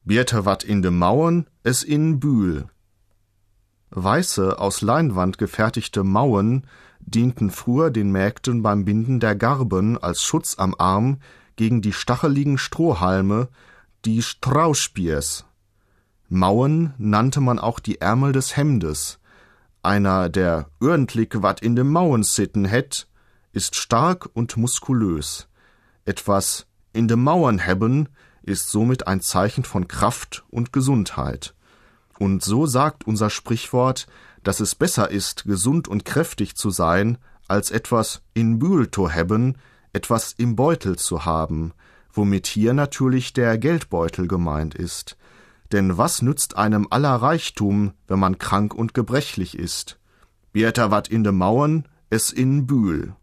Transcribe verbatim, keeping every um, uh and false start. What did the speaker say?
Bierte wat in de Mauen, es in Bühl. Weiße, aus Leinwand gefertigte Mauen dienten früher den Mägden beim Binden der Garben als Schutz am Arm gegen die stacheligen Strohhalme, die Straußspiers. Mauen nannte man auch die Ärmel des Hemdes. Einer, der ordentlich wat in de Mauen sitten het, ist stark und muskulös. Etwas in de Mauern hebben ist somit ein Zeichen von Kraft und Gesundheit. Und so sagt unser Sprichwort, dass es besser ist, gesund und kräftig zu sein, als etwas in Bühl to hebben, etwas im Beutel zu haben, womit hier natürlich der Geldbeutel gemeint ist. Denn was nützt einem aller Reichtum, wenn man krank und gebrechlich ist? Bieter wat in de Mauern, es in Bühl.